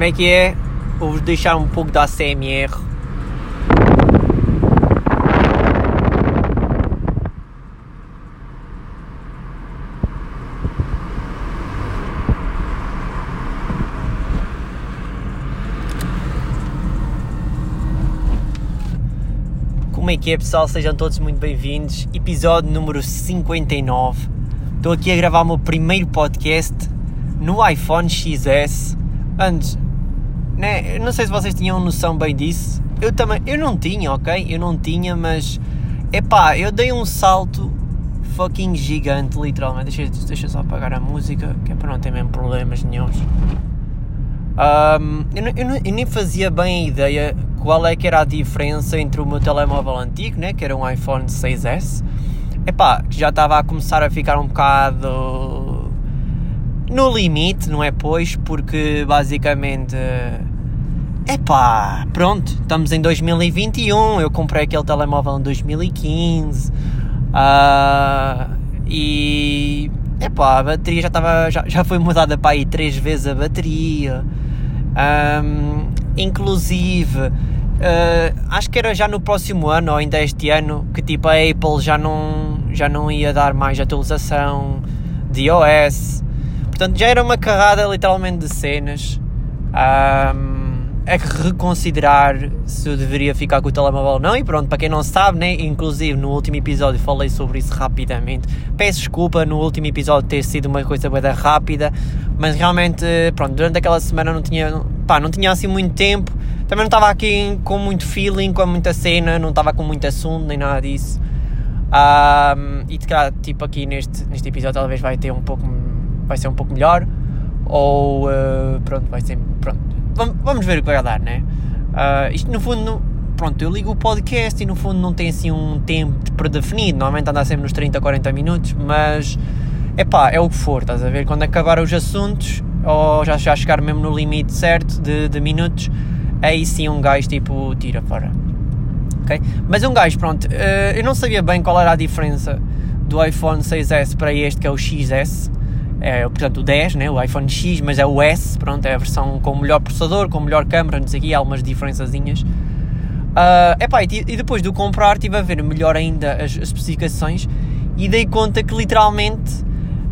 Como é que é? Vou-vos deixar um pouco da ACMR. Como é que é, pessoal? Sejam todos muito bem-vindos. Episódio número 59. Estou aqui a gravar o meu primeiro podcast no iPhone XS. Antes, né? Eu não sei se vocês tinham noção bem disso. Eu não tinha, ok? Eu não tinha, mas... Epá, eu dei um salto fucking gigante, literalmente. Deixa só apagar a música, que é para não ter mesmo problemas nenhuns. Eu nem fazia bem a ideia qual é que era a diferença entre o meu telemóvel antigo, né, que era um iPhone 6S, que já estava a começar a ficar um bocado no limite, não é, pois, porque basicamente, pronto, estamos em 2021, eu comprei aquele telemóvel em 2015, e a bateria já foi mudada para aí 3 vezes a bateria, inclusive acho que era já no próximo ano ou ainda este ano que tipo a Apple já não ia dar mais atualização de iOS, portanto já era uma carrada literalmente de cenas a reconsiderar se eu deveria ficar com o telemóvel ou não. E pronto, para quem não sabe, né, inclusive no último episódio falei sobre isso rapidamente. Peço desculpa no último episódio ter sido uma coisa bem rápida, mas realmente, pronto, durante aquela semana não tinha assim muito tempo, também não estava aqui com muito feeling, com muita cena, não estava com muito assunto, nem nada disso. E tipo aqui neste episódio talvez vai ser um pouco melhor, ou pronto, vai ser, pronto. Vamos ver o que vai dar, né? Isto no fundo, pronto, eu ligo o podcast e no fundo não tem assim um tempo predefinido, normalmente anda sempre nos 30, 40 minutos, mas é o que for, estás a ver? Quando acabar os assuntos, ou já chegar mesmo no limite certo de minutos, aí sim um gajo tipo tira fora, ok? Mas um gajo, pronto, eu não sabia bem qual era a diferença do iPhone 6S para este que é o XS. Portanto o 10, né, o iPhone X, mas é o S, pronto, é a versão com o melhor processador, com melhor câmera, não sei o quê, há algumas diferençazinhas. E depois de o comprar estive a ver melhor ainda as especificações e dei conta que literalmente,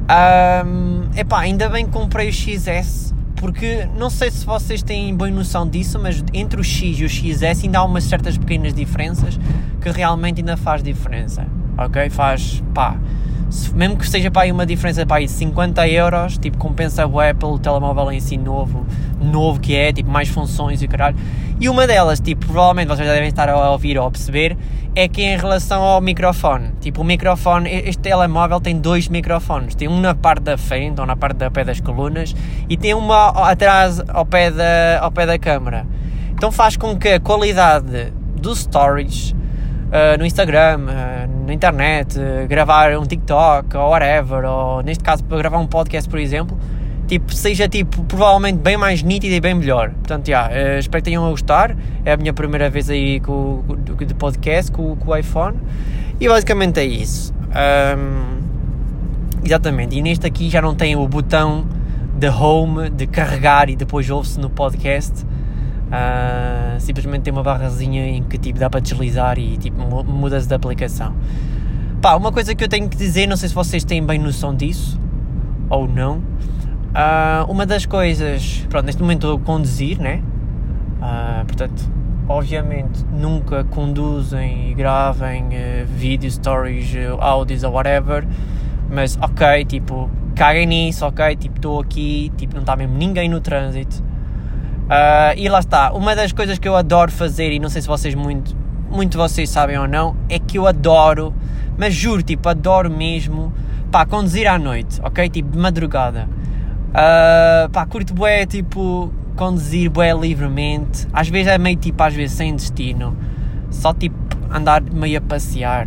ainda bem que comprei o XS, porque não sei se vocês têm bem noção disso, mas entre o X e o XS ainda há umas certas pequenas diferenças que realmente ainda faz diferença, ok? Mesmo que seja para aí uma diferença para aí de 50 euros, tipo, compensa o Apple, o telemóvel em si novo que é, tipo, mais funções e o caralho. E uma delas, tipo, provavelmente vocês já devem estar a ouvir ou a perceber, é que em relação ao microfone, tipo, o microfone, este telemóvel tem 2 microfones, tem um na parte da frente, ou na parte da pé das colunas, e tem uma atrás ao pé da câmara. Então faz com que a qualidade dos stories no Instagram, na internet, gravar um TikTok ou whatever, ou neste caso para gravar um podcast, por exemplo, tipo, seja tipo, provavelmente bem mais nítida e bem melhor. Portanto, espero que tenham a gostar. É a minha primeira vez aí de podcast com o iPhone e basicamente é isso. Exatamente, e neste aqui já não tem o botão de home, de carregar e depois ouve-se no podcast. Simplesmente tem uma barrazinha em que tipo, dá para deslizar e tipo, muda-se de aplicação. Uma coisa que eu tenho que dizer, não sei se vocês têm bem noção disso ou não, uma das coisas, pronto, neste momento estou a conduzir, né? Portanto, obviamente nunca conduzem e gravem vídeos, stories, áudios ou whatever, mas ok, tipo, caguem nisso, ok, tipo, estou aqui, tipo, não está mesmo ninguém no trânsito. E lá está, uma das coisas que eu adoro fazer, e não sei se vocês muito vocês sabem ou não, é que eu adoro, mas juro, tipo, adoro mesmo, conduzir à noite, ok, tipo, de madrugada. Curto bué, tipo, conduzir bué livremente, às vezes é meio tipo, às vezes sem destino, só tipo, andar meio a passear.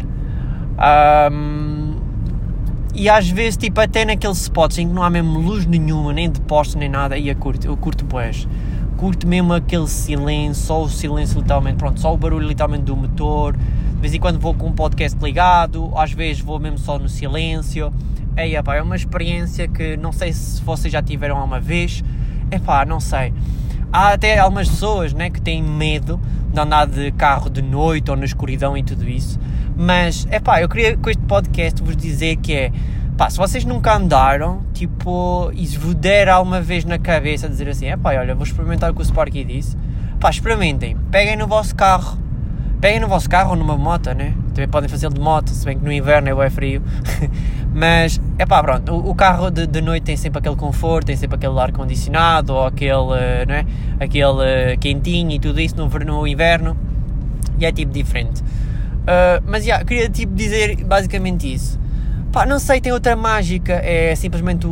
E às vezes, tipo, até naqueles spots em que não há mesmo luz nenhuma, nem de postos, nem nada, eu curto bués. Curto mesmo aquele silêncio, só o silêncio literalmente, pronto, só o barulho literalmente do motor. De vez em quando vou com um podcast ligado, às vezes vou mesmo só no silêncio. É uma experiência que não sei se vocês já tiveram alguma vez. Não sei. há até algumas pessoas, né, que têm medo de andar de carro de noite ou na escuridão e tudo isso, mas, eu queria com este podcast vos dizer que é, se vocês nunca andaram, tipo, e se vos der alguma vez na cabeça dizer assim, olha, vou experimentar o que o Sparky disse, experimentem, peguem no vosso carro ou numa moto, né? Também podem fazê-lo de moto, se bem que no inverno é frio. Mas, pronto, o carro de noite tem sempre aquele conforto, tem sempre aquele ar-condicionado, ou aquele, né? Aquele quentinho e tudo isso no inverno, e é tipo diferente. Mas, queria tipo dizer basicamente isso. Não sei, tem outra mágica, é simplesmente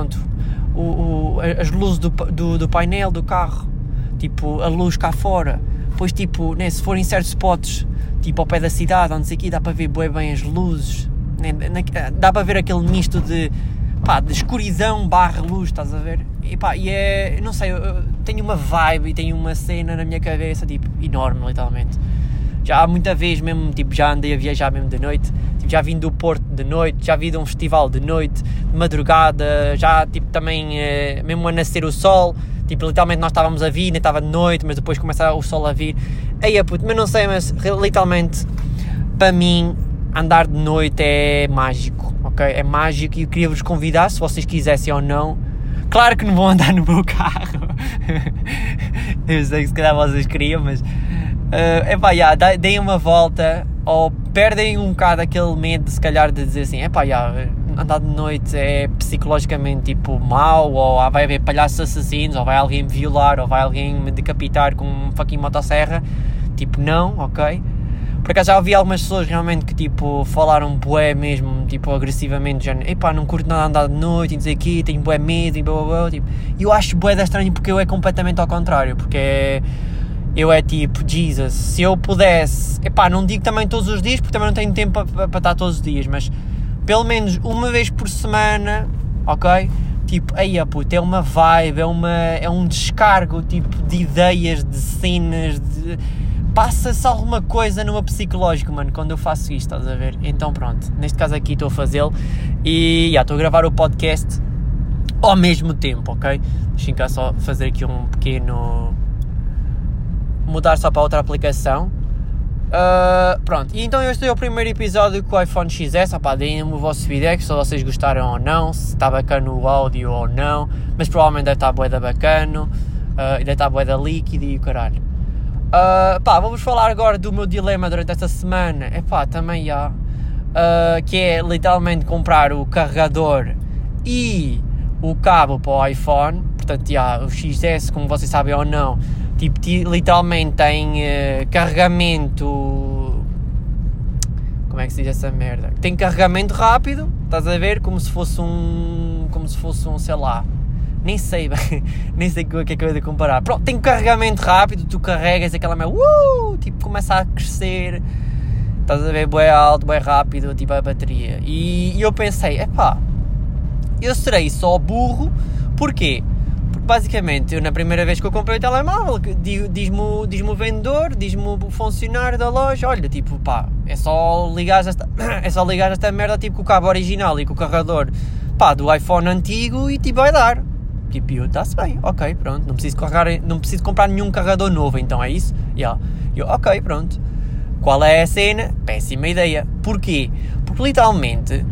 as luzes do painel do carro, tipo, a luz cá fora. Depois, tipo, né, se forem certos spots, tipo ao pé da cidade, onde sei aqui, dá para ver bem as luzes, né, dá para ver aquele misto de escuridão / luz, estás a ver? E é, não sei, eu tenho uma vibe e tenho uma cena na minha cabeça, tipo, enorme, literalmente. Já há muita vez mesmo, tipo, já andei a viajar mesmo de noite, tipo, já vim do Porto de noite, já vi de um festival de noite, de madrugada, já, tipo, também, mesmo a nascer o sol. Tipo, literalmente nós estávamos a vir, nem estava de noite, mas depois começa o sol a vir. Mas não sei, mas literalmente, para mim, andar de noite é mágico, ok? É mágico e eu queria vos convidar, se vocês quisessem ou não. Claro que não vão andar no meu carro. Eu sei que se calhar vocês queriam, mas... deem uma volta, ou perdem um bocado aquele medo, se calhar, de dizer assim, andar de noite é psicologicamente tipo mau, ou vai haver palhaços assassinos, ou vai alguém me violar, ou vai alguém me decapitar com um fucking motosserra. Tipo, não, ok? Por acaso já ouvi algumas pessoas realmente que tipo falaram bué mesmo, tipo agressivamente, já, não curto nada andar de noite e dizer aqui, tenho bué medo e blá blá blá, tipo, e eu acho bué da estranho porque eu é completamente ao contrário, porque eu é tipo, Jesus, se eu pudesse, não digo também todos os dias, porque também não tenho tempo para estar todos os dias, mas pelo menos uma vez por semana, ok? Tipo, é uma vibe, é um descargo, tipo, de ideias, de cenas, passa-se alguma coisa no meu psicológico, mano, quando eu faço isto, estás a ver? Então pronto, neste caso aqui estou a fazê-lo e estou a gravar o podcast ao mesmo tempo, ok? Deixem cá só fazer aqui um pequeno... mudar só para outra aplicação. Pronto, e então este é o primeiro episódio com o iPhone XS. Deem-me o vosso feedback, se vocês gostaram ou não, se está bacana o áudio ou não, mas provavelmente deve estar bué da bacana, e deve estar bué da líquido e o caralho. Vamos falar agora do meu dilema durante esta semana, também que é literalmente comprar o carregador e o cabo para o iPhone. Portanto, o XS, como vocês sabem ou não, tipo, literalmente tem carregamento... Como é que se diz essa merda? Tem carregamento rápido, estás a ver? Como se fosse um, sei lá... Nem sei o que é que eu ia comparar. Pronto, tem carregamento rápido, tu carregas aquela merda... tipo, começa a crescer... Estás a ver? Bué alto, bué rápido, tipo, a bateria. E eu pensei, eu serei só burro. Porquê? Basicamente, eu na primeira vez que eu comprei o telemóvel, diz-me o vendedor, diz-me o funcionário da loja, olha, tipo, é só ligar esta merda, tipo, com o cabo original e com o carregador, do iPhone antigo e, tipo, vai dar. Tipo, está-se bem, ok, pronto, não preciso comprar nenhum carregador novo, então é isso? Eu, ok, pronto. Qual é a cena? Péssima ideia. Porquê? Porque literalmente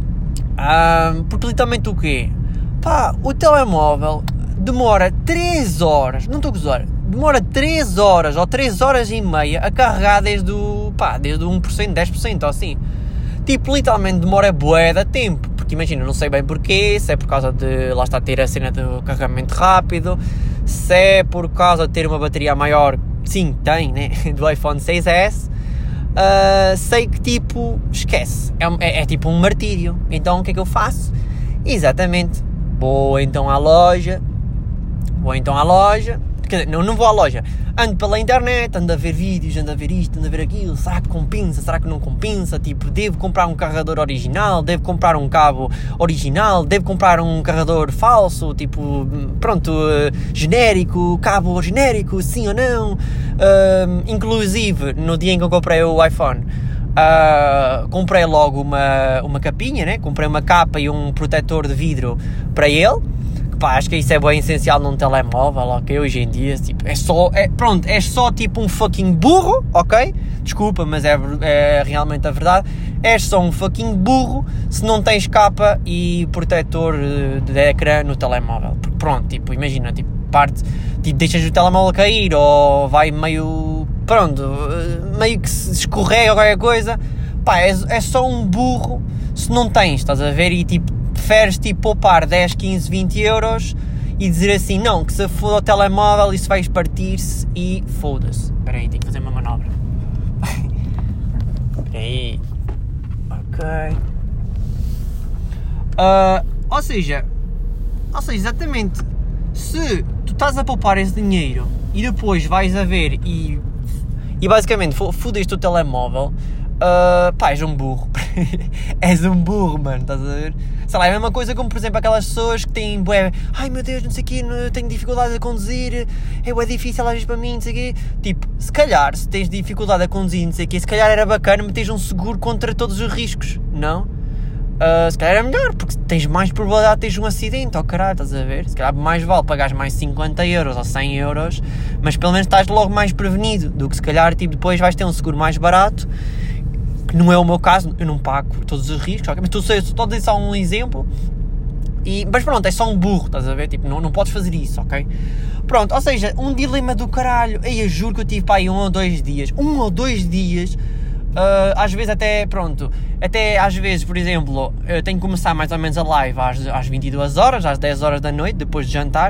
o quê? O telemóvel... demora 3 horas, não estou a gozar, demora 3 horas ou 3 horas e meia a carregar desde o 1%, 10% ou assim. Tipo, literalmente demora bué de tempo, porque imagina, não sei bem porquê, se é por causa de, lá está, ter a cena do carregamento rápido, se é por causa de ter uma bateria maior, sim, tem, né, do iPhone 6S, sei que tipo, esquece, é tipo um martírio. Então o que é que eu faço? Exatamente, vou então à loja, quer dizer, não vou à loja, ando pela internet, ando a ver vídeos, ando a ver isto, ando a ver aquilo, será que compensa, será que não compensa, tipo, devo comprar um carregador original, devo comprar um cabo original, devo comprar um carregador falso, tipo, pronto, genérico, cabo genérico, sim ou não. Inclusive, no dia em que eu comprei o iPhone, comprei logo uma capinha, né? Comprei uma capa e um protetor de vidro para ele, porque pá, acho que isso é bem essencial num telemóvel, ok, hoje em dia, tipo, és só tipo um fucking burro, ok, desculpa, mas é realmente a verdade, és só um fucking burro se não tens capa e protetor de ecrã no telemóvel, porque pronto, tipo, imagina, tipo, tipo, deixas o telemóvel cair ou vai meio, pronto, meio que se escorrega ou qualquer coisa, pá, é só um burro se não tens, estás a ver, e tipo, preferes tipo poupar 10, 15, 20 euros e dizer assim, não, que se foda o telemóvel isso vai partir-se e foda-se. Espera aí, tenho que fazer uma manobra. Espera aí. Ok. Ou seja, exatamente, se tu estás a poupar esse dinheiro e depois vais a ver e basicamente fodeste o telemóvel, pá, és um burro. És um burro, mano, estás a ver? Sei lá, é a mesma coisa como, por exemplo, aquelas pessoas que têm, bué, ai meu Deus, não sei o quê, tenho dificuldade a conduzir, é difícil às vezes para mim, não sei o quê. Tipo, se calhar, se tens dificuldade a conduzir, não sei o quê, se calhar era bacana meteres um seguro contra todos os riscos, não? Se calhar era melhor, porque tens mais probabilidade de teres um acidente, oh caralho, estás a ver? Se calhar mais vale pagares mais 50 euros ou 100 euros, mas pelo menos estás logo mais prevenido, do que se calhar, tipo, depois vais ter um seguro mais barato, que não é o meu caso, eu não pago todos os riscos, okay? Mas estou a dizer só um exemplo, mas pronto, é só um burro, estás a ver? Tipo, não podes fazer isso, ok? Pronto, ou seja, um dilema do caralho, eu juro que eu tive para aí 1 ou 2 dias, às vezes até, pronto, até às vezes, por exemplo, eu tenho que começar mais ou menos a live às 22 horas, às 10 horas da noite, depois de jantar,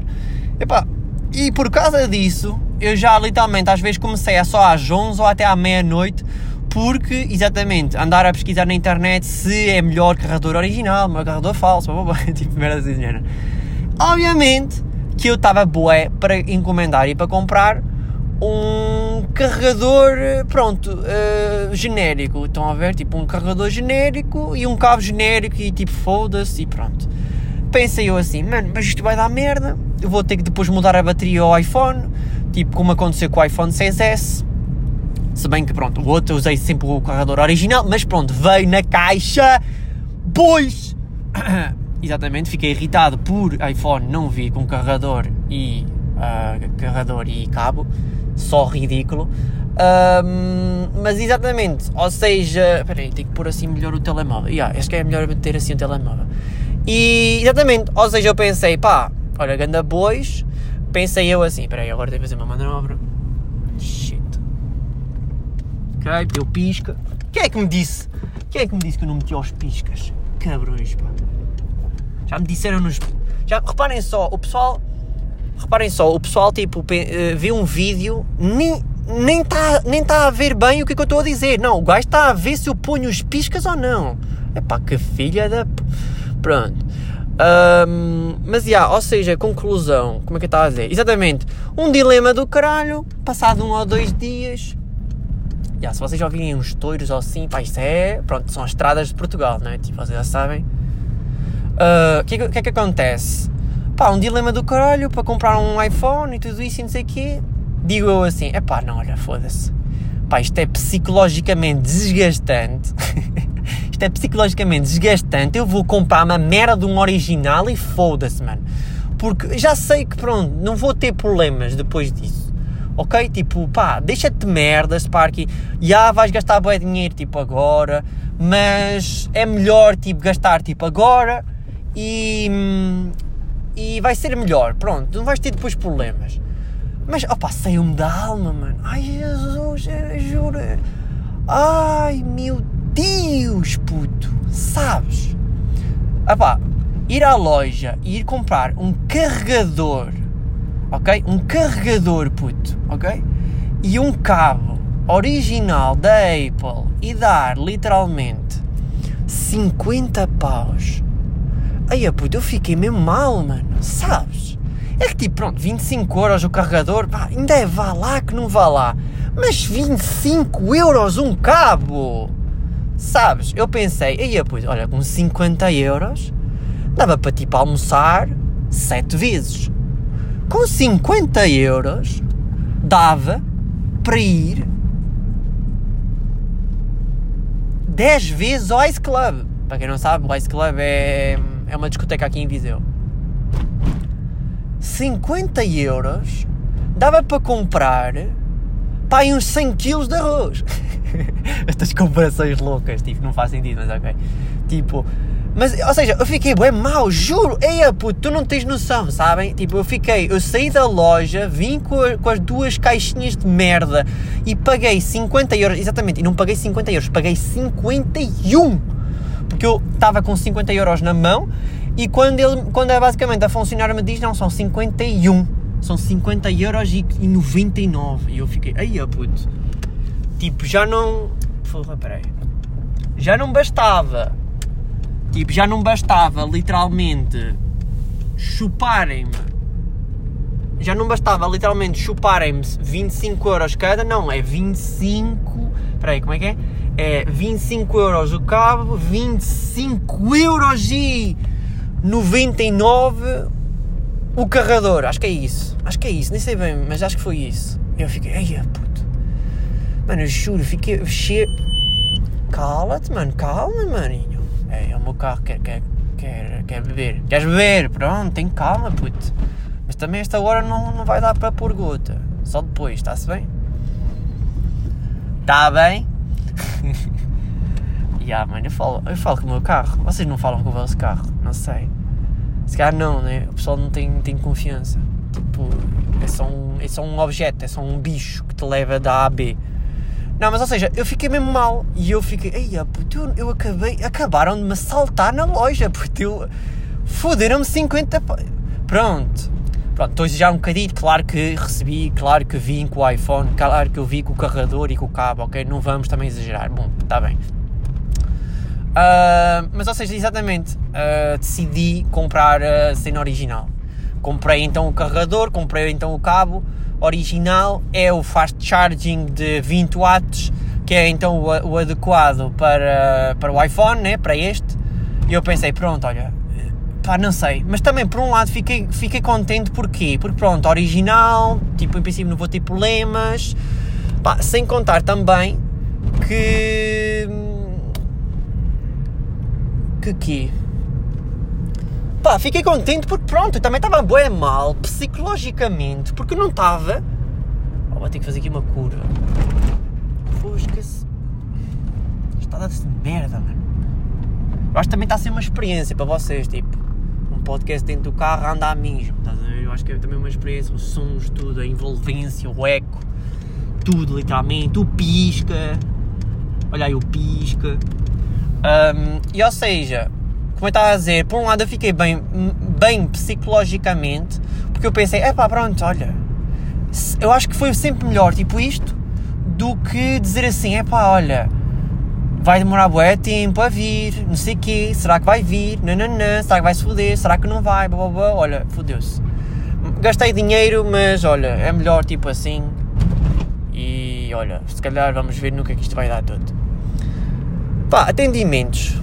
e por causa disso, eu já literalmente às vezes comecei só às 11 ou até à meia-noite, porque, exatamente, andar a pesquisar na internet se é melhor carregador original, melhor carregador falso, tipo, merda assim, género. Obviamente que eu estava bué para encomendar e para comprar um carregador, pronto, genérico, estão a ver, tipo um carregador genérico e um cabo genérico e tipo foda-se e pronto. Pensei eu assim, mano, mas isto vai dar merda, eu vou ter que depois mudar a bateria ao iPhone, tipo como aconteceu com o iPhone 6S, se bem que pronto, o outro eu usei sempre o carregador original, mas pronto, veio na caixa, pois, exatamente, fiquei irritado por iPhone não vir com carregador e cabo, só ridículo, mas exatamente, ou seja, espera aí, tenho que pôr assim melhor o telemóvel, acho que é melhor ter assim o telemóvel, e exatamente, ou seja, eu pensei, pá, olha, ganda bois, pensei eu assim, espera aí, agora tenho que fazer uma manobra, shit, ok, eu pisca, quem é que me disse que eu não meti aos piscas, cabrões, pá, já me disseram reparem só, o pessoal tipo, vê um vídeo, nem está a ver bem o que eu estou a dizer. Não, o gajo está a ver se eu ponho os piscas ou não. Epá, que filha da... Pronto. Mas, ou seja, conclusão, como é que eu estava a dizer? Exatamente, um dilema do caralho, passado 1 ou 2 dias. Se vocês já ouvirem uns touros ou assim, pá, isto é... Pronto, são as estradas de Portugal, não é? Tipo, vocês já sabem. O que é que acontece? Pá, um dilema do caralho para comprar um iPhone e tudo isso e não sei o quê. Digo eu assim, não, olha, foda-se. Pá, isto é psicologicamente desgastante. Isto é psicologicamente desgastante. Eu vou comprar uma merda de um original e foda-se, mano. Porque já sei que, pronto, não vou ter problemas depois disso. Ok? Tipo, pá, deixa-te merdas, pá, aqui. Vais gastar bué dinheiro, tipo, agora. Mas é melhor, tipo, gastar, tipo, agora. E vai ser melhor, pronto, não vais ter depois problemas. Mas, saiu-me da alma, mano. Ai, Jesus, juro. Ai, meu Deus, puto. Sabes? Ir à loja e ir comprar um carregador, ok? Um carregador, puto, ok? E um cabo original da Apple e dar, literalmente, 50 paus. Ai, puto, eu fiquei mesmo mal, mano, sabes? É que tipo, pronto, 25 euros o carregador, pá, ainda é vá lá que não vá lá. Mas 25 euros um cabo, sabes? Eu pensei, ai, puto, olha, com 50 euros, dava para tipo almoçar 7 vezes. Com 50 euros, dava para ir 10 vezes ao Ice Club. Para quem não sabe, o Ice Club é uma discoteca aqui em Viseu. €50 dava para comprar, pá, uns 100 kg de arroz. Estas comparações loucas, tipo, não faz sentido, mas ok. Tipo, mas, ou seja, eu fiquei bué mau, juro. Eia, puto, tu não tens noção, sabem? Tipo, eu saí da loja, vim com as 2 caixinhas de merda e paguei €50, exatamente, e não paguei €50, paguei 51, porque eu estava com €50 na mão e quando é basicamente a funcionária me diz, não, são 51, são €50,99, e eu fiquei, eia, puto, tipo, já não bastava. Tipo, já não bastava, literalmente, chuparem-me 25€ cada, não, é 25... Espera aí, como é que é? É 25€ o cabo, 25,99€ o carregador, acho que é isso, nem sei bem, mas acho que foi isso. Eu fiquei, eia, puto, mano, eu juro, fiquei cheio... Cala-te, mano, calma, maninho. É o meu carro, quer beber. Queres beber? Pronto, tem calma, puto. Mas também esta hora não vai dar para pôr gota. Só depois, está-se bem? Está bem? Mano, eu falo com o meu carro. Vocês não falam com o vosso carro? Não sei. Se calhar não, né? O pessoal não tem confiança. Tipo, é só um objeto, é só um bicho que te leva da A a B. Não, mas ou seja, eu fiquei mesmo mal. E eu fiquei, eia, puto, acabaram de me assaltar na loja, puto, foderam-me 50... Pronto, estou já um bocadinho, claro que recebi, claro que vim com o iPhone, claro que eu vi com o carregador e com o cabo, ok? Não vamos também exagerar, bom, está bem. Mas ou seja, exatamente, decidi comprar a cena original. Comprei então o carregador, comprei então o cabo original, é o fast charging de 20 watts, que é então o adequado para o iPhone, né, para este, e eu pensei, pronto, olha, pá, não sei, mas também por um lado fiquei contente, porquê? Porque pronto, original, tipo, em princípio não vou ter problemas, pá, sem contar também que pá, fiquei contente porque pronto, eu também estava bué mal, psicologicamente, porque eu não estava... vou ter que fazer aqui uma curva. Fosca-se. Está a dar-se de merda, mano. Eu acho que também está a ser uma experiência para vocês, tipo, um podcast dentro do carro a andar mesmo, estás a ver? Eu acho que é também uma experiência, os sons, tudo, a envolvência, o eco, tudo, literalmente, o pisca. Olha aí o pisca. E ou seja... Como eu estava a dizer, por um lado eu fiquei bem psicologicamente, porque eu pensei, pronto, olha, eu acho que foi sempre melhor, tipo isto, do que dizer assim, olha, vai demorar bué tempo a vir, não sei o quê, será que vai vir, nananã, será que vai se foder, será que não vai, blá blá blá, olha, fodeu-se. Gastei dinheiro, mas olha, é melhor tipo assim, e olha, se calhar vamos ver no que é que isto vai dar tudo. Pá, atendimentos.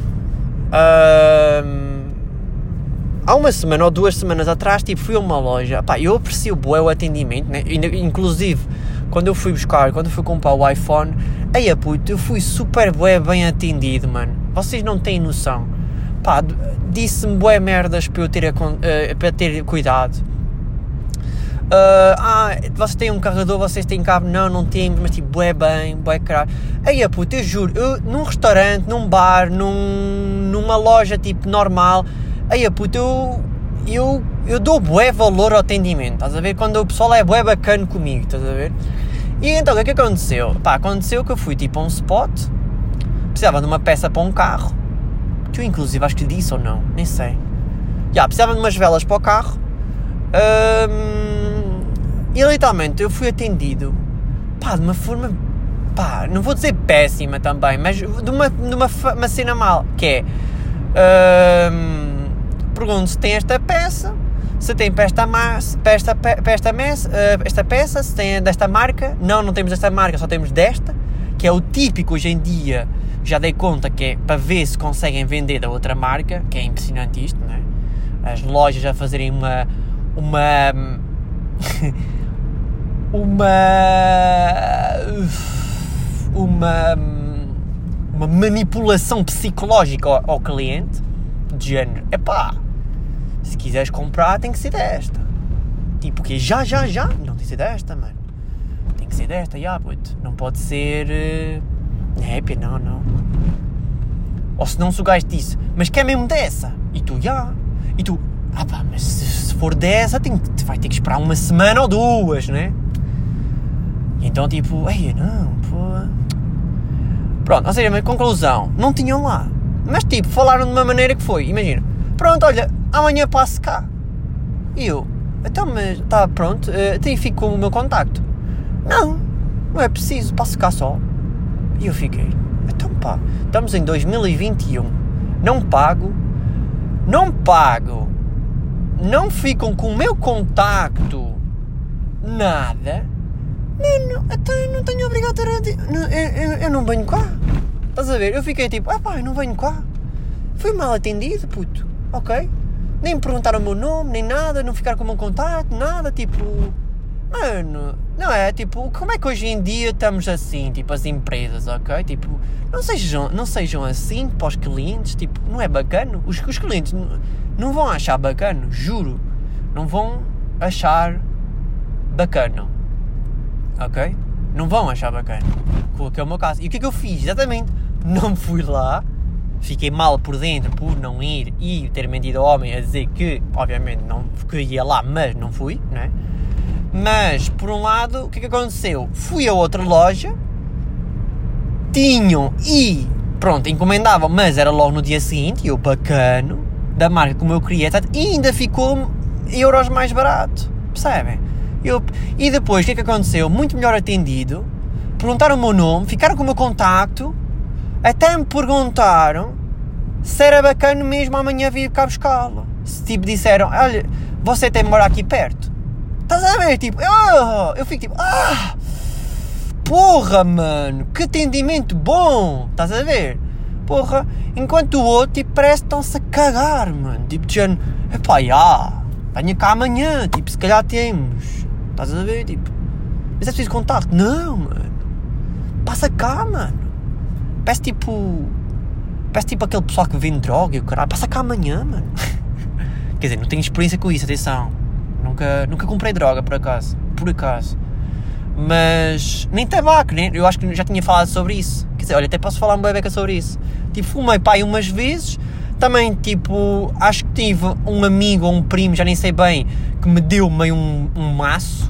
Há uma semana ou 2 semanas atrás, tipo, fui a uma loja, pá, eu aprecio bué o atendimento, né? Inclusive, quando eu fui comprar o iPhone, puto, eu fui super bué bem atendido, mano, vocês não têm noção, pá, disse-me bué merdas para eu ter cuidado. Vocês têm um carregador, vocês têm cabo, não temos, mas tipo, bué bem, bué caralho. Puto, eu juro, num restaurante, num bar, numa loja tipo normal, puto, eu dou bué valor ao atendimento, estás a ver? Quando o pessoal é bué bacana comigo, estás a ver? E então, o que é que aconteceu? Pá, aconteceu que eu fui tipo a um spot, precisava de uma peça para um carro, que eu inclusive acho que lhe disse ou não, nem sei. Precisava de umas velas para o carro, e literalmente eu fui atendido, pá, de uma forma, pá, não vou dizer péssima também, mas de uma cena mal, que é, pergunto se tem esta peça, se tem para esta peça, se tem desta marca. Não temos desta marca, só temos desta, que é o típico hoje em dia, já dei conta que é para ver se conseguem vender da outra marca, que é impressionante isto, não é? As lojas a fazerem uma manipulação psicológica ao cliente, de género, se quiseres comprar tem que ser desta, Tipo, o quê? Já? Não tem que ser desta, mano. Tem que ser desta, puto. Não pode ser... happy, não. Ou senão se o gajo disse, mas quer mesmo dessa? E tu, E tu, mas se for dessa, vai ter que esperar uma semana ou 2, né? E então, tipo, não, pô... Pronto, ou seja, mas conclusão, não tinham lá. Mas, tipo, falaram de uma maneira que foi, imagina, pronto, olha, amanhã passo cá. E eu, então, mas, tá pronto, até fico com o meu contacto. Não é preciso, passo cá só. E eu fiquei, então pá, estamos em 2021, não pago, não ficam com o meu contacto, nada, então eu não tenho obrigado a ter, eu não venho cá, estás a ver? Eu fiquei tipo, eu não venho cá, fui mal atendido, puto, ok? Nem me perguntaram o meu nome, nem nada, não ficaram com o meu contacto, nada, tipo, mano, não é, tipo, como é que hoje em dia estamos assim, tipo, as empresas, ok? Tipo, não sejam assim para os clientes, tipo, não é bacana, os clientes não vão achar bacana, juro, não vão achar bacana, ok? Não vão achar bacana, que é o meu caso. E o que é que eu fiz? Exatamente, não fui lá, fiquei mal por dentro por não ir e ter mentido ao homem a dizer que, obviamente, não ia lá, mas não fui, né? Mas, por um lado, o que é que aconteceu? Fui a outra loja, tinham e, pronto, encomendavam, mas era logo no dia seguinte, e eu, bacano, da marca como eu queria, e ainda ficou euros mais barato, percebem? E depois, o que é que aconteceu? Muito melhor atendido, perguntaram o meu nome, ficaram com o meu contacto, até me perguntaram se era bacana mesmo amanhã vir cá buscá-lo. Se tipo disseram, olha, você tem de morar aqui perto. Estás a ver? Tipo, eu fico tipo, porra, mano, que atendimento bom, estás a ver? Porra, enquanto o outro, tipo, parece que estão-se a cagar, mano, tipo, de género, venha cá amanhã, tipo, se calhar temos, estás a ver, tipo, mas é preciso contacto, não, mano, passa cá, mano, parece tipo aquele pessoal que vende droga e o caralho, passa cá amanhã, mano, quer dizer, não tenho experiência com isso, atenção. Nunca comprei droga, por acaso. Mas nem tabaco, né? Eu acho que já tinha falado sobre isso. Quer dizer, olha, até posso falar uma beca sobre isso. Tipo, fumei pai umas vezes. Também, tipo, acho que tive um amigo ou um primo, já nem sei bem, que me deu meio um maço.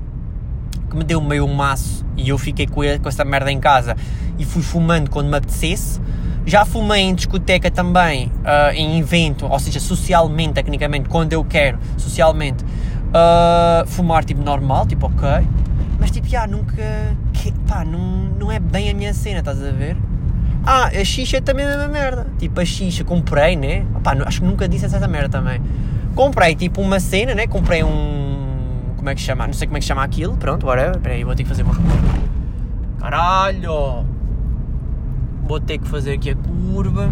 E eu fiquei com essa merda em casa. E fui fumando quando me apetecesse. Já fumei em discoteca também, em evento, ou seja, socialmente, tecnicamente, quando eu quero, socialmente, fumar tipo normal, tipo ok, mas tipo, não é bem a minha cena, estás a ver? A xixa também é a mesma merda, tipo a xixa, comprei, né? Acho que nunca disse essa merda também. Comprei tipo uma cena, né? Comprei como é que se chama? Não sei como é que se chama aquilo, pronto, whatever, peraí, vou ter que fazer uma... Caralho! Vou ter que fazer aqui a curva.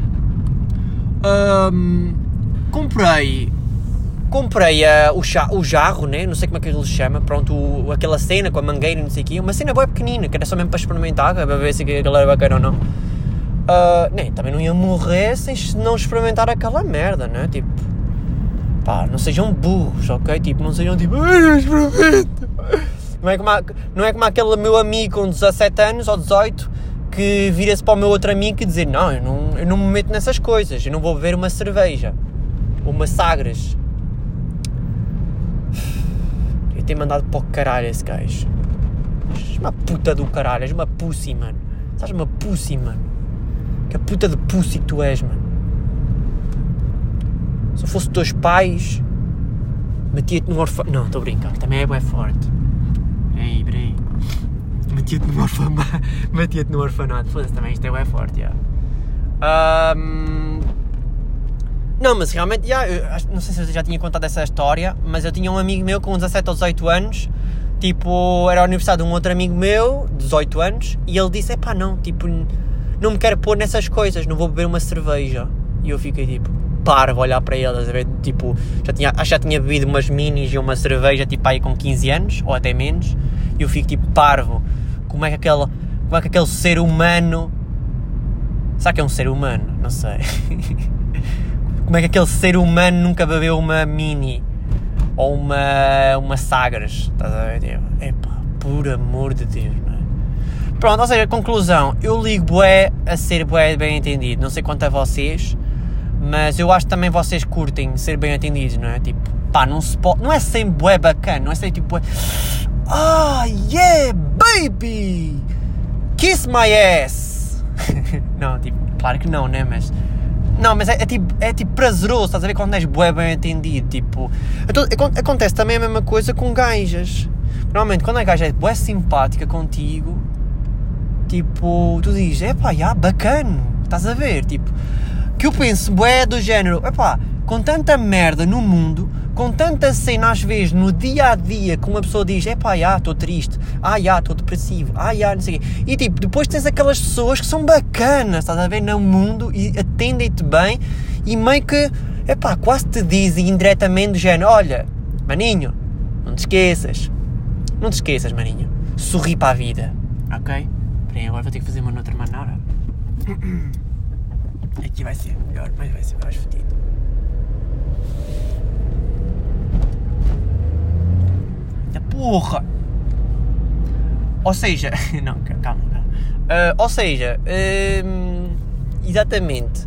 Comprei o jarro, né? Não sei como é que ele se chama. Pronto, aquela cena com a mangueira e não sei o quê. Uma cena boa pequenina, que era só mesmo para experimentar, para ver se aquilo era bacana ou não. Também não ia morrer sem não experimentar aquela merda, né? Tipo, não sejam burros, ok? Tipo, não sejam tipo, experimenta. Não é como aquele meu amigo com 17 anos ou 18 que vira-se para o meu outro amigo e dizer, não, eu não me meto nessas coisas, eu não vou beber uma cerveja, uma Sagres. Eu tenho mandado para o caralho esse gajo. És uma puta do caralho, és uma pussy, mano. Estás uma pussy, mano. Que a puta de pussy que tu és, mano. Se eu fosse teus pais, metia-te num orfanato. Não, estou a brincar, também é bem forte. Peraí. Metia-te no orfanato. Foda-se, também isto é bem forte, já. Não, mas realmente, não sei se eu já tinha contado essa história, mas eu tinha um amigo meu com 17 ou 18 anos, tipo, era a universidade de um outro amigo meu, 18 anos, e ele disse, não, tipo, não me quero pôr nessas coisas, não vou beber uma cerveja. E eu fiquei tipo, parvo a olhar para ele, a ver, tipo, já tinha bebido umas minis e uma cerveja, tipo, aí com 15 anos, ou até menos, e eu fico tipo, parvo. Como é que aquele ser humano... Será que é um ser humano? Não sei. Como é que aquele ser humano nunca bebeu uma mini? ou uma Sagres, estás a ver? Tipo, epá, por amor de Deus, não é? Pronto, ou seja, conclusão, eu ligo bué a ser bué bem entendido, não sei quanto a vocês, mas eu acho que também vocês curtem ser bem atendidos, não é? Tipo, pá, não é sempre bué bacana, não é sempre tipo bué, yeah, baby, kiss my ass. Não, tipo, claro que não, né, mas é tipo prazeroso, estás a ver, quando és bué bem atendido, tipo, então, acontece também a mesma coisa com gajas. Normalmente, quando a gaja é bué simpática contigo, tipo, tu dizes, bacana, estás a ver, tipo, que eu penso, bué, do género, com tanta merda no mundo, com tanta cena às vezes no dia a dia, que uma pessoa diz, estou triste, estou depressivo, não sei o quê, e tipo, depois tens aquelas pessoas que são bacanas, estás a ver, no mundo, e atendem-te bem, e meio que, quase te dizem indiretamente do género, olha, maninho, não te esqueças, maninho, sorri para a vida, ok? Peraí, agora vou ter que fazer uma noutra maneira. Aqui vai ser melhor, mas vai ser mais fodido. Porra! Ou seja... Não, calma. Ou seja... Exatamente.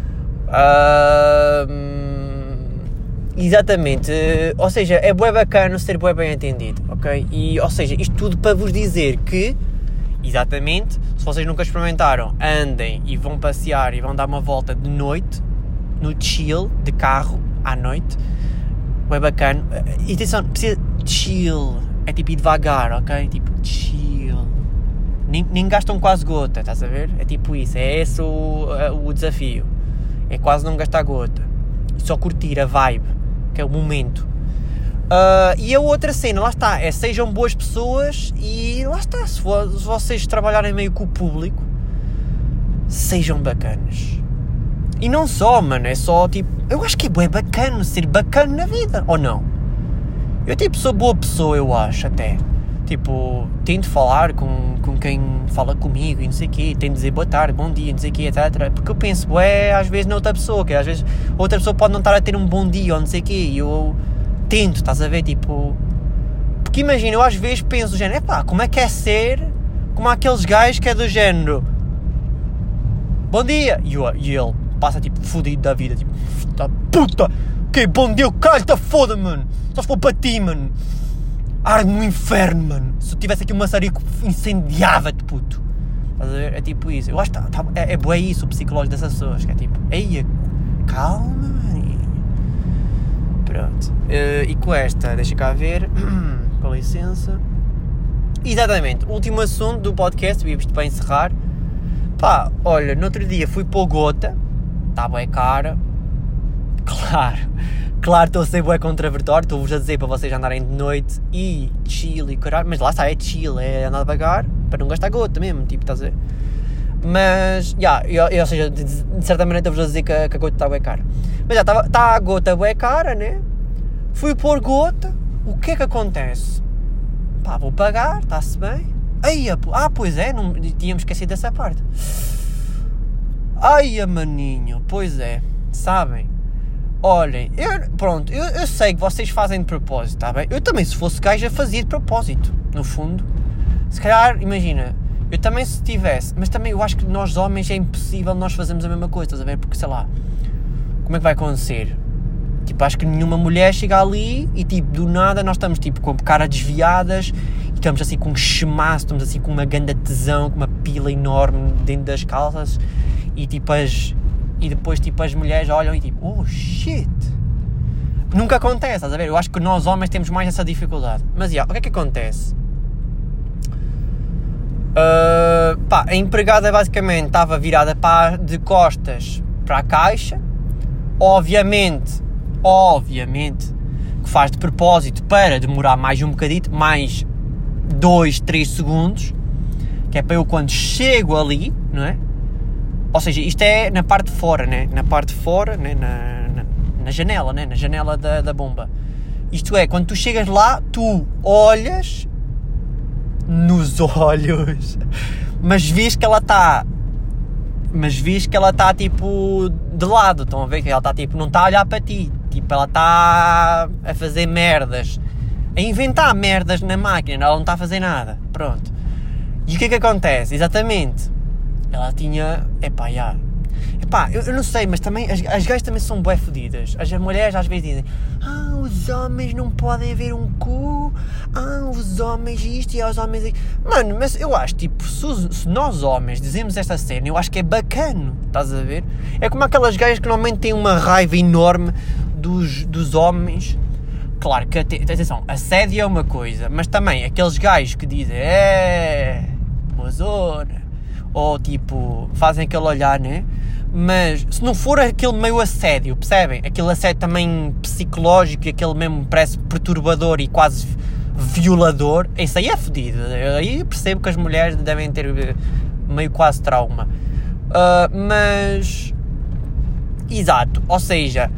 Exatamente. Ou seja, é bué bacana ser bué bem entendido, ok? E, ou seja, isto tudo para vos dizer que... Exatamente, se vocês nunca experimentaram, andem e vão passear e vão dar uma volta de noite, no chill, de carro, à noite, é bacana, e atenção, precisa de chill, é tipo ir devagar, ok, tipo chill, nem gastam quase gota, estás a ver, é tipo isso, é esse o desafio, é quase não gastar gota, só curtir a vibe, que é o momento. E a outra cena, lá está, é sejam boas pessoas e lá está, se vocês trabalharem meio com o público, sejam bacanas. E não só, mano, é só tipo, eu acho que é bué bacana ser bacana na vida, ou não? Eu tipo sou boa pessoa, eu acho, até. Tipo, tento falar com quem fala comigo e não sei o quê, tento dizer boa tarde, bom dia, não sei o quê, etc. Porque eu penso, às vezes na outra pessoa, que às vezes outra pessoa pode não estar a ter um bom dia ou não sei o quê, e eu... tento, estás a ver, tipo... Porque imagina, eu às vezes penso do género, como é que é ser como aqueles gajos que é do género bom dia, e ele passa tipo fodido da vida, tipo, puta, ok, bom dia, o caralho, tá foda, mano, só se for para ti, mano, arde no inferno, mano, se eu tivesse aqui um maçarico incendiava-te, puto, estás a ver, é tipo isso, eu acho que é bué isso o psicológico dessas pessoas, que é tipo, calma, mano. Pronto, e com esta, deixa cá ver, com licença, exatamente, último assunto do podcast, isto para encerrar, olha, no outro dia fui para o Gota, está bué cara, claro, estou a ser bué contravertório, estou-vos a dizer para vocês andarem de noite e chill e caralho, mas lá está, é chill, é andar devagar, para não gastar gota mesmo, tipo, estás a ver, mas, ou seja, de certa maneira estou-vos a dizer que a gota está bué cara, mas já, está a gota bué cara, né, fui pôr gota, o que é que acontece? Vou pagar, está-se bem, pois é, não tínhamos esquecido dessa parte, maninho, pois é, sabem, olhem, eu sei que vocês fazem de propósito, está bem, eu também se fosse gajo eu fazia de propósito, no fundo, se calhar, imagina, eu também se tivesse, mas também eu acho que nós homens é impossível nós fazermos a mesma coisa, estás a ver, porque sei lá, como é que vai acontecer? Tipo, acho que nenhuma mulher chega ali e tipo, do nada nós estamos tipo com a cara desviadas e estamos assim com um chemaço, estamos assim com uma ganda tesão, com uma pila enorme dentro das calças e tipo e depois tipo as mulheres olham e tipo, oh shit, nunca acontece, estás a ver? Eu acho que nós homens temos mais essa dificuldade, mas o que é que acontece? A empregada basicamente estava virada de costas para a caixa, obviamente que faz de propósito para demorar mais um bocadito, mais 2, 3 segundos, que é para eu quando chego ali, não é? Ou seja, isto é na parte de fora, né? Na parte de fora, né? Na janela, né? Na janela da bomba. Isto é, quando tu chegas lá, tu olhas nos olhos, mas vês que ela está tipo de lado, estão a ver que ela está tipo, não está a olhar para ti, Tipo, ela está a fazer merdas, a inventar merdas na máquina, ela não está a fazer nada, pronto. E o que é que acontece? Exatamente, ela tinha, eu não sei, mas também, as gajas também são bué fodidas. As mulheres às vezes dizem, os homens não podem ver um cu, os homens isto e os homens isto. Mano, mas eu acho, tipo, se nós homens dizemos esta cena, eu acho que é bacano, estás a ver? É como aquelas gajas que normalmente têm uma raiva enorme dos homens. Claro que, atenção, assédio é uma coisa, mas também aqueles gajos que dizem, boa zona, ou tipo, fazem aquele olhar, né? Mas se não for aquele meio assédio, percebem? Aquele assédio também psicológico, aquele mesmo parece perturbador e quase violador, isso aí é fedido. Aí percebo que as mulheres devem ter meio quase trauma. Mas, exato, ou seja,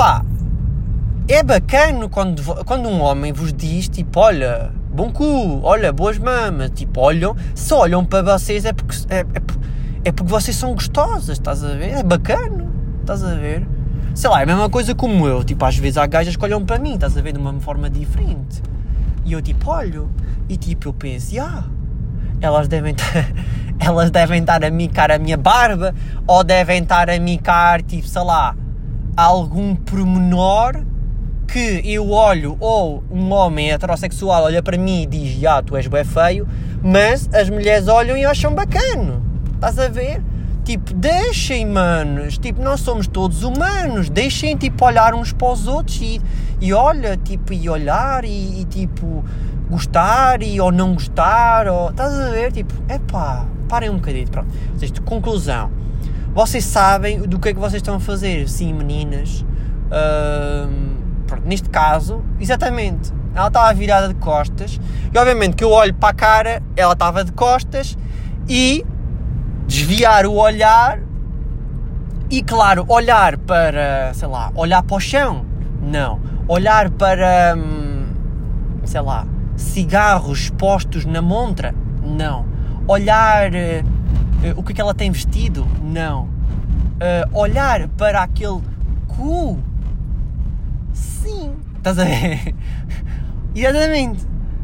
é bacana quando um homem vos diz, tipo, olha, bom cu, olha, boas mamas, tipo, se olham para vocês é porque vocês são gostosas, estás a ver? É bacana, estás a ver? Sei lá, é a mesma coisa como eu, tipo, às vezes há gajas que olham para mim, estás a ver, de uma forma diferente. E eu, tipo, olho, e tipo, eu penso, elas devem estar a micar a minha barba, ou devem estar a micar, tipo, sei lá, algum pormenor que eu olho, ou um homem heterossexual olha para mim e diz, tu és bué feio, mas as mulheres olham e acham bacano, estás a ver? Tipo, deixem, manos, tipo, nós somos todos humanos, deixem, tipo, olhar uns para os outros e olha, tipo, e olhar e tipo, gostar ou não gostar, ou, estás a ver? Tipo, parem um bocadinho, pronto. Ou seja, conclusão, vocês sabem do que é que vocês estão a fazer, sim, meninas. Pronto, neste caso, exatamente, ela estava virada de costas e obviamente que eu olho para a cara, ela estava de costas e desviar o olhar e, claro, olhar para, sei lá, olhar para o chão, não, olhar para, sei lá, cigarros postos na montra, não, olhar o que é que ela tem vestido, não, olhar para aquele cu, sim, estás a ver? Exatamente.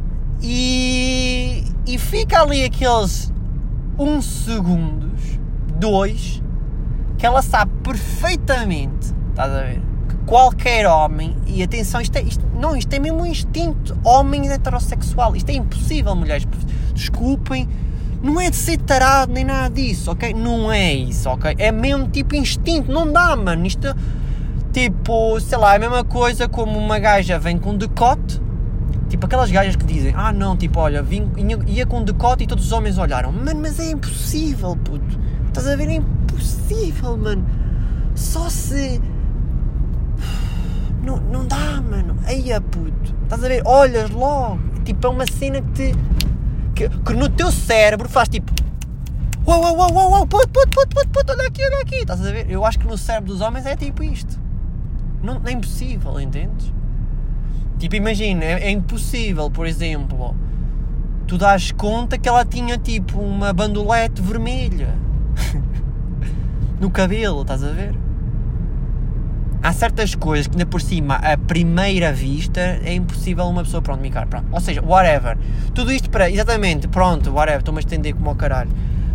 E fica ali aqueles 1 segundo, 2, que ela sabe perfeitamente, estás a ver, que qualquer homem, e atenção, isto é mesmo um instinto homem heterossexual, isto é impossível, mulheres, desculpem, não é de ser tarado nem nada disso, ok? Não é isso, ok? É mesmo tipo instinto, não dá, mano, isto, tipo, sei lá, é a mesma coisa como uma gaja vem com decote. Tipo, aquelas gajas que dizem, não, tipo, olha, ia com decote e todos os homens olharam. Mano, mas é impossível, puto. Estás a ver? É impossível, mano. Só se... Não dá, mano. Eia, puto. Estás a ver? Olhas logo. Tipo, é uma cena que no teu cérebro faz tipo... Uau, puto, olha aqui. Estás a ver? Eu acho que no cérebro dos homens é tipo isto. Não é impossível, entendes? Tipo, imagina, é impossível, por exemplo, tu dás conta que ela tinha tipo uma bandolete vermelha no cabelo, estás a ver? Há certas coisas que ainda por cima, à primeira vista, é impossível uma pessoa, micar, pronto. Ou seja, whatever. Tudo isto para, exatamente, pronto, whatever, estou-me a estender como ao caralho.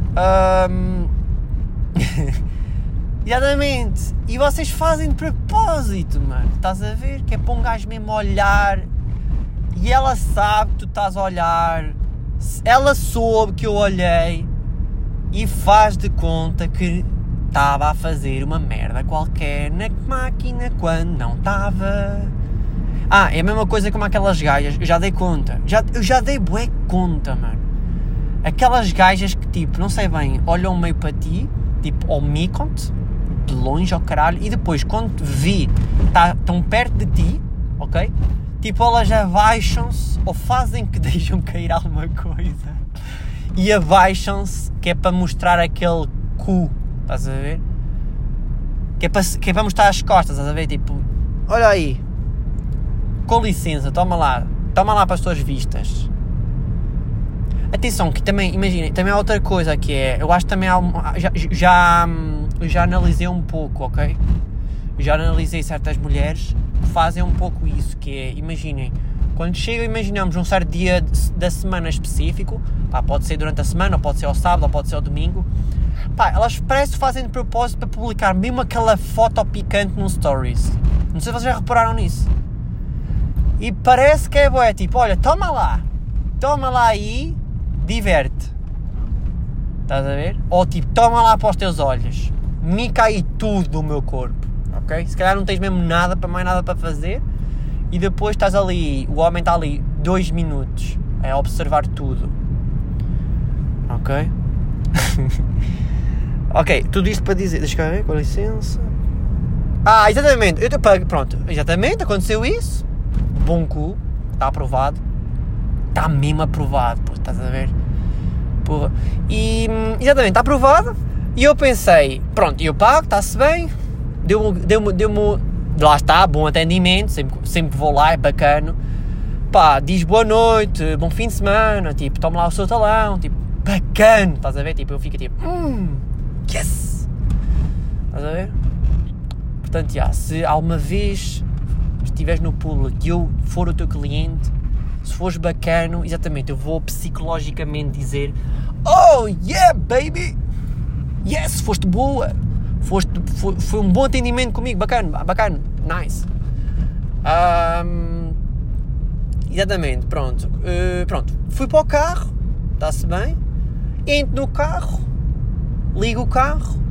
Exatamente, e vocês fazem de propósito, mano, estás a ver? Que é para um gajo mesmo olhar e ela sabe que tu estás a olhar, ela soube que eu olhei e faz de conta que estava a fazer uma merda qualquer na máquina quando não estava. É a mesma coisa como aquelas gajas, eu já dei conta, eu já dei bué conta, mano. Aquelas gajas que tipo, não sei bem, olham meio para ti, tipo, ou micam-te de longe ao caralho, e depois quando te vi, estão perto de ti, ok? Tipo, elas abaixam-se ou fazem que deixam cair alguma coisa e abaixam-se, que é para mostrar aquele cu, estás a ver? Que é para mostrar as costas, estás a ver? Tipo, olha aí, com licença, toma lá para as tuas vistas. Atenção, que também, imagina, também há outra coisa que é, eu acho que também há, já analisei um pouco, ok? já analisei certas mulheres que fazem um pouco isso, que é, imaginem, quando chega, imaginamos um certo dia da semana específico, pode ser durante a semana, ou pode ser ao sábado, ou pode ser ao domingo, elas parece que fazem de propósito para publicar mesmo aquela foto picante no Stories. Não sei se vocês já repararam nisso. E parece que é tipo, olha, toma lá aí, diverte. Estás a ver? Ou tipo, toma lá para os teus olhos, mica aí tudo do meu corpo, ok? Se calhar não tens mesmo mais nada para fazer, e depois estás ali, o homem está ali 2 minutos a observar tudo, ok? Ok, tudo isto para dizer, deixa eu ver, com licença. Exatamente, pronto, exatamente, aconteceu isso, bom cu, está aprovado, está mesmo aprovado, pô, estás a ver? Porra. E, exatamente, está aprovado, e eu pensei, pronto, eu pago, está-se bem, deu-me, lá está, bom atendimento, sempre vou lá, é bacana, diz boa noite, bom fim de semana, tipo, toma lá o seu talão, tipo, bacana, estás a ver, tipo, eu fico tipo, yes, estás a ver? Portanto, se alguma vez estiveres no público e eu for o teu cliente, se fores bacano, exatamente, eu vou psicologicamente dizer, oh yeah baby, yes, foste boa, foi um bom atendimento comigo, bacana, nice. Exatamente, pronto, fui para o carro, está-se bem, entro no carro, ligo o carro,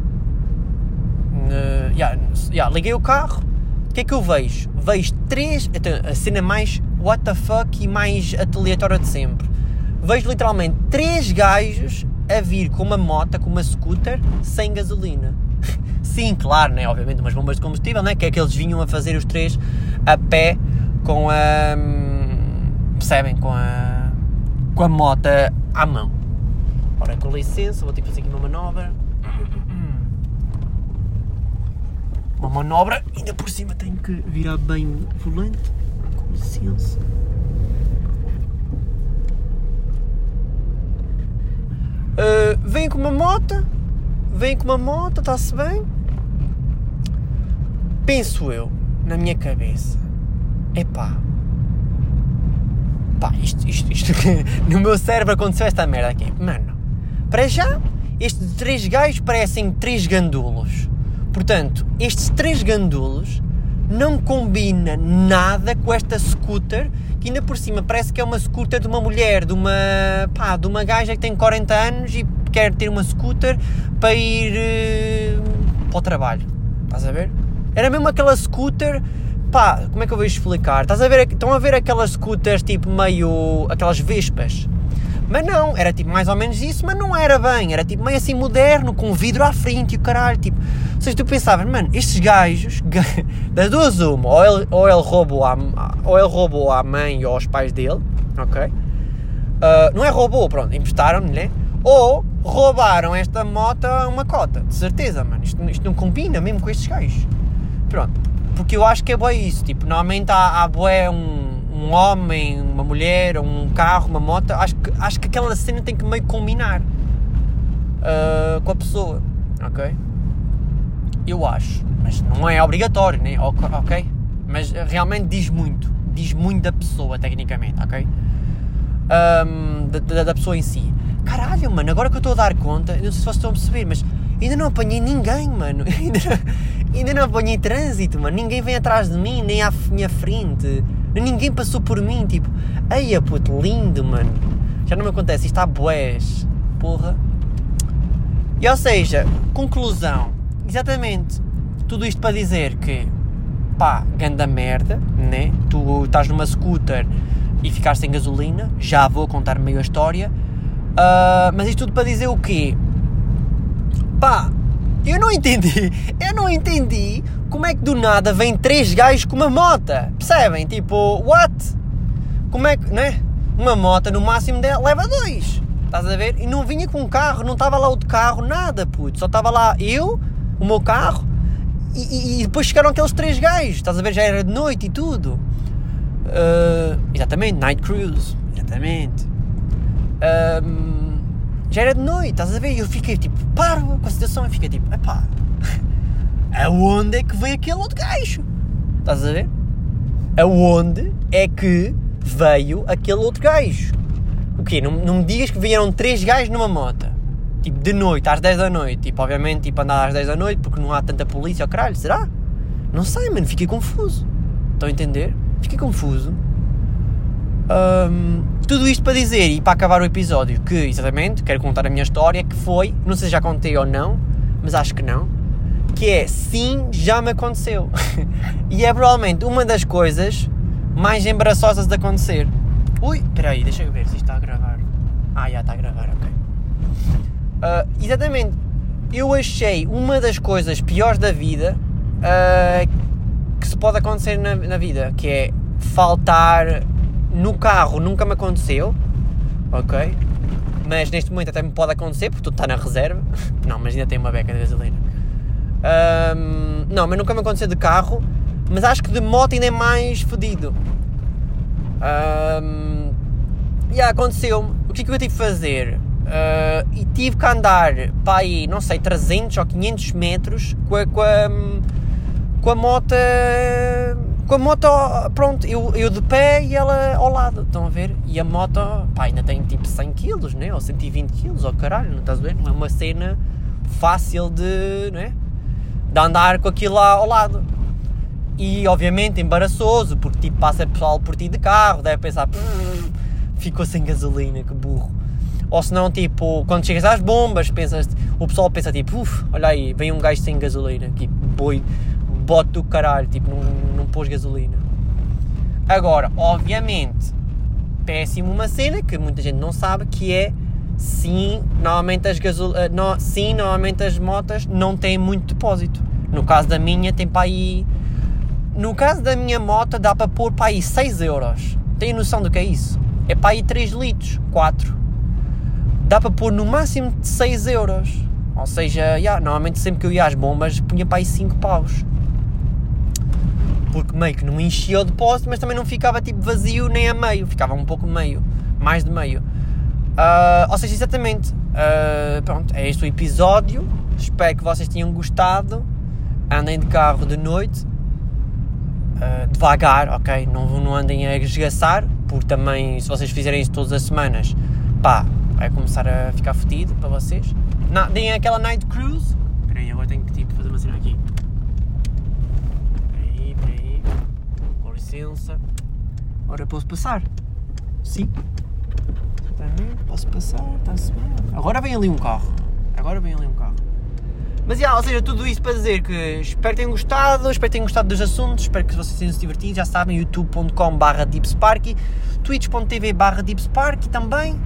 liguei o carro, o que é que eu vejo? Vejo a cena mais what the fuck e mais aleatória de sempre. Vejo literalmente 3 gajos a vir com uma moto, com uma scooter, sem gasolina. Sim, claro, né? Obviamente umas bombas de combustível, né? Que é que eles vinham a fazer os 3 a pé com a... percebem? Com a moto à mão. Ora, com licença, vou ter que fazer aqui uma manobra. Uma manobra, ainda por cima tenho que virar bem o volante. Com licença. Vem com uma moto, está-se bem. Penso eu, na minha cabeça, isto no meu cérebro aconteceu esta merda aqui. Mano, para já, estes 3 gajos parecem 3 gandulos. Portanto, estes 3 gandulos não combina nada com esta scooter, que ainda por cima parece que é uma scooter de uma mulher, de uma gaja que tem 40 anos e quer ter uma scooter para ir para o trabalho. Estás a ver? Era mesmo aquela scooter, como é que eu vou explicar? Estão a ver aquelas scooters tipo meio, aquelas vespas? Mas não, era tipo mais ou menos isso, mas não era bem, era tipo meio assim moderno, com vidro à frente e o caralho, tipo, ou seja, tu pensavas, mano, estes gajos, das duas uma, ou ele roubou à mãe ou aos pais dele, ok? Não é roubou, pronto, emprestaram-me, né? Ou roubaram esta moto a uma cota, de certeza, mano, isto não combina mesmo com estes gajos, pronto, porque eu acho que é bem isso, tipo, normalmente há bué um homem, uma mulher, um carro, uma moto, acho que aquela cena tem que meio combinar com a pessoa, ok? Eu acho, mas não é obrigatório, né? Ok? Mas realmente diz muito da pessoa, tecnicamente, ok? Da pessoa em si. Caralho, mano, agora que eu estou a dar conta, não sei se vocês estão a perceber, mas ainda não apanhei ninguém, mano, ainda não apanhei trânsito, mano, ninguém vem atrás de mim, nem à minha frente. Ninguém passou por mim, tipo, eia puto, lindo, mano. Já não me acontece, isto há bués, porra. E ou seja, conclusão, exatamente, tudo isto para dizer que, ganda merda, né? Tu estás numa scooter e ficaste sem gasolina, já vou contar meio a história, mas isto tudo para dizer o quê? Eu não entendi como é que do nada vem 3 gajos com uma moto, percebem? Tipo, what? Como é que, né? Uma moto no máximo leva 2, estás a ver? E não vinha com um carro, não estava lá outro carro, nada, puto, só estava lá eu, o meu carro, e depois chegaram aqueles 3 gajos, estás a ver? Já era de noite e tudo. Exatamente, night cruise, exatamente. Já era de noite, estás a ver? E eu fiquei tipo, paro com a situação e fiquei tipo, aonde é que veio aquele outro gajo? Estás a ver? Aonde é que veio aquele outro gajo? O quê? Não me digas que vieram 3 gajos numa moto, tipo, de noite, às 10 da noite, tipo, obviamente, tipo, andar às 10 da noite, porque não há tanta polícia, oh, caralho, será? Não sei, mano, fiquei confuso. Estão a entender? Fiquei confuso. Tudo isto para dizer, e para acabar o episódio, que, exatamente, quero contar a minha história, que foi, não sei se já contei ou não, mas acho que não, que é, sim, já me aconteceu. E é provavelmente uma das coisas mais embaraçosas de acontecer. Ui, espera aí, deixa eu ver se isto está a gravar. Já está a gravar, ok. Exatamente, eu achei uma das coisas piores da vida que se pode acontecer na vida, que é faltar no carro. Nunca me aconteceu, ok? Mas neste momento até me pode acontecer, porque tudo está na reserva. Não, mas ainda tem uma beca de gasolina. Não, mas nunca me aconteceu de carro, mas acho que de moto ainda é mais fodido. Aconteceu-me. O que é que eu tive que fazer? E tive que andar para aí, não sei, 300 ou 500 metros com a moto, pronto, eu de pé e ela ao lado, estão a ver? E a moto, ainda tem tipo 100 kg, né? Ou 120 kg, ou caralho, não estás a ver? Não é uma cena fácil de, não é? De andar com aquilo lá ao lado. E obviamente embaraçoso, porque tipo passa pessoal por ti de carro, deve pensar, ficou sem gasolina, que burro. Ou se não, tipo, quando chegas às bombas, o pessoal pensa tipo, olha aí, vem um gajo sem gasolina, tipo, bote do caralho, tipo, não pôs gasolina. Agora, obviamente, péssimo uma cena que muita gente não sabe, que é, sim, normalmente as motas não têm muito depósito. No caso da minha, tem para aí... No caso da minha moto, dá para pôr para aí 6 euros. Tem noção do que é isso? É para aí 3 litros, 4. Dá para pôr no máximo de 6 euros. Ou seja, normalmente sempre que eu ia às bombas, punha para aí 5 paus. Porque meio que não enchia o depósito, mas também não ficava tipo vazio nem a meio. Ficava um pouco meio, mais de meio. Ou seja, exatamente. Pronto, é este o episódio. Espero que vocês tenham gostado. Andem de carro de noite. Devagar, ok? Não andem a esgaçar, porque também, se vocês fizerem isso todas as semanas, vai começar a ficar fedido para vocês. Deem aquela night cruise. Espera aí, agora tenho que tipo, fazer uma cena aqui. Espera aí. Com licença. Agora posso passar? Sim. Exatamente, posso passar, está-se bem. Agora vem ali um carro. Mas, ou seja, tudo isso para dizer que espero que tenham gostado dos assuntos, espero que vocês tenham se divertido, já sabem, youtube.com/deepsparky, twitch.tv/deepsparky também.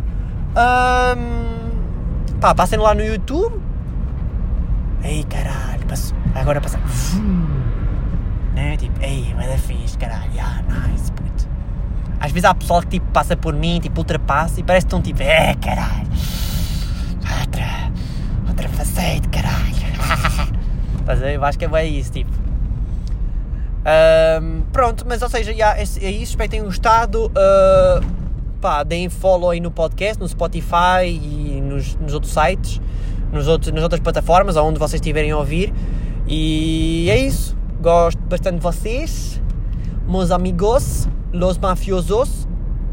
Passem lá no YouTube. Ei, caralho, agora passar. Né? Tipo, vai dar fixe, caralho, nice, puto. Às vezes há pessoal que tipo, passa por mim, tipo, ultrapassa e parece que estão tipo, caralho, outra facete, caralho. Estás a ver? Eu acho que é isso, tipo. Pronto, mas ou seja, é isso, espero que tenham gostado. Deem follow aí no podcast, no Spotify e nos outros sites, nas outras plataformas, onde vocês estiverem a ouvir. E é isso. Gosto bastante de vocês, meus amigos, los mafiosos.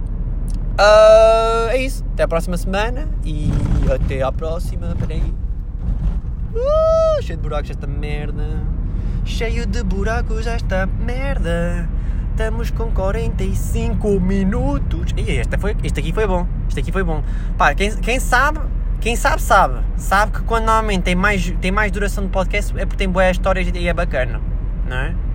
É isso. Até a próxima semana e até à próxima. Peraí. Cheio de buracos esta merda. Cheio de buracos esta merda. Estamos com 45 minutos. Este aqui foi bom. Quem sabe que quando normalmente tem mais duração de podcast é porque tem boas histórias e é bacana, não é?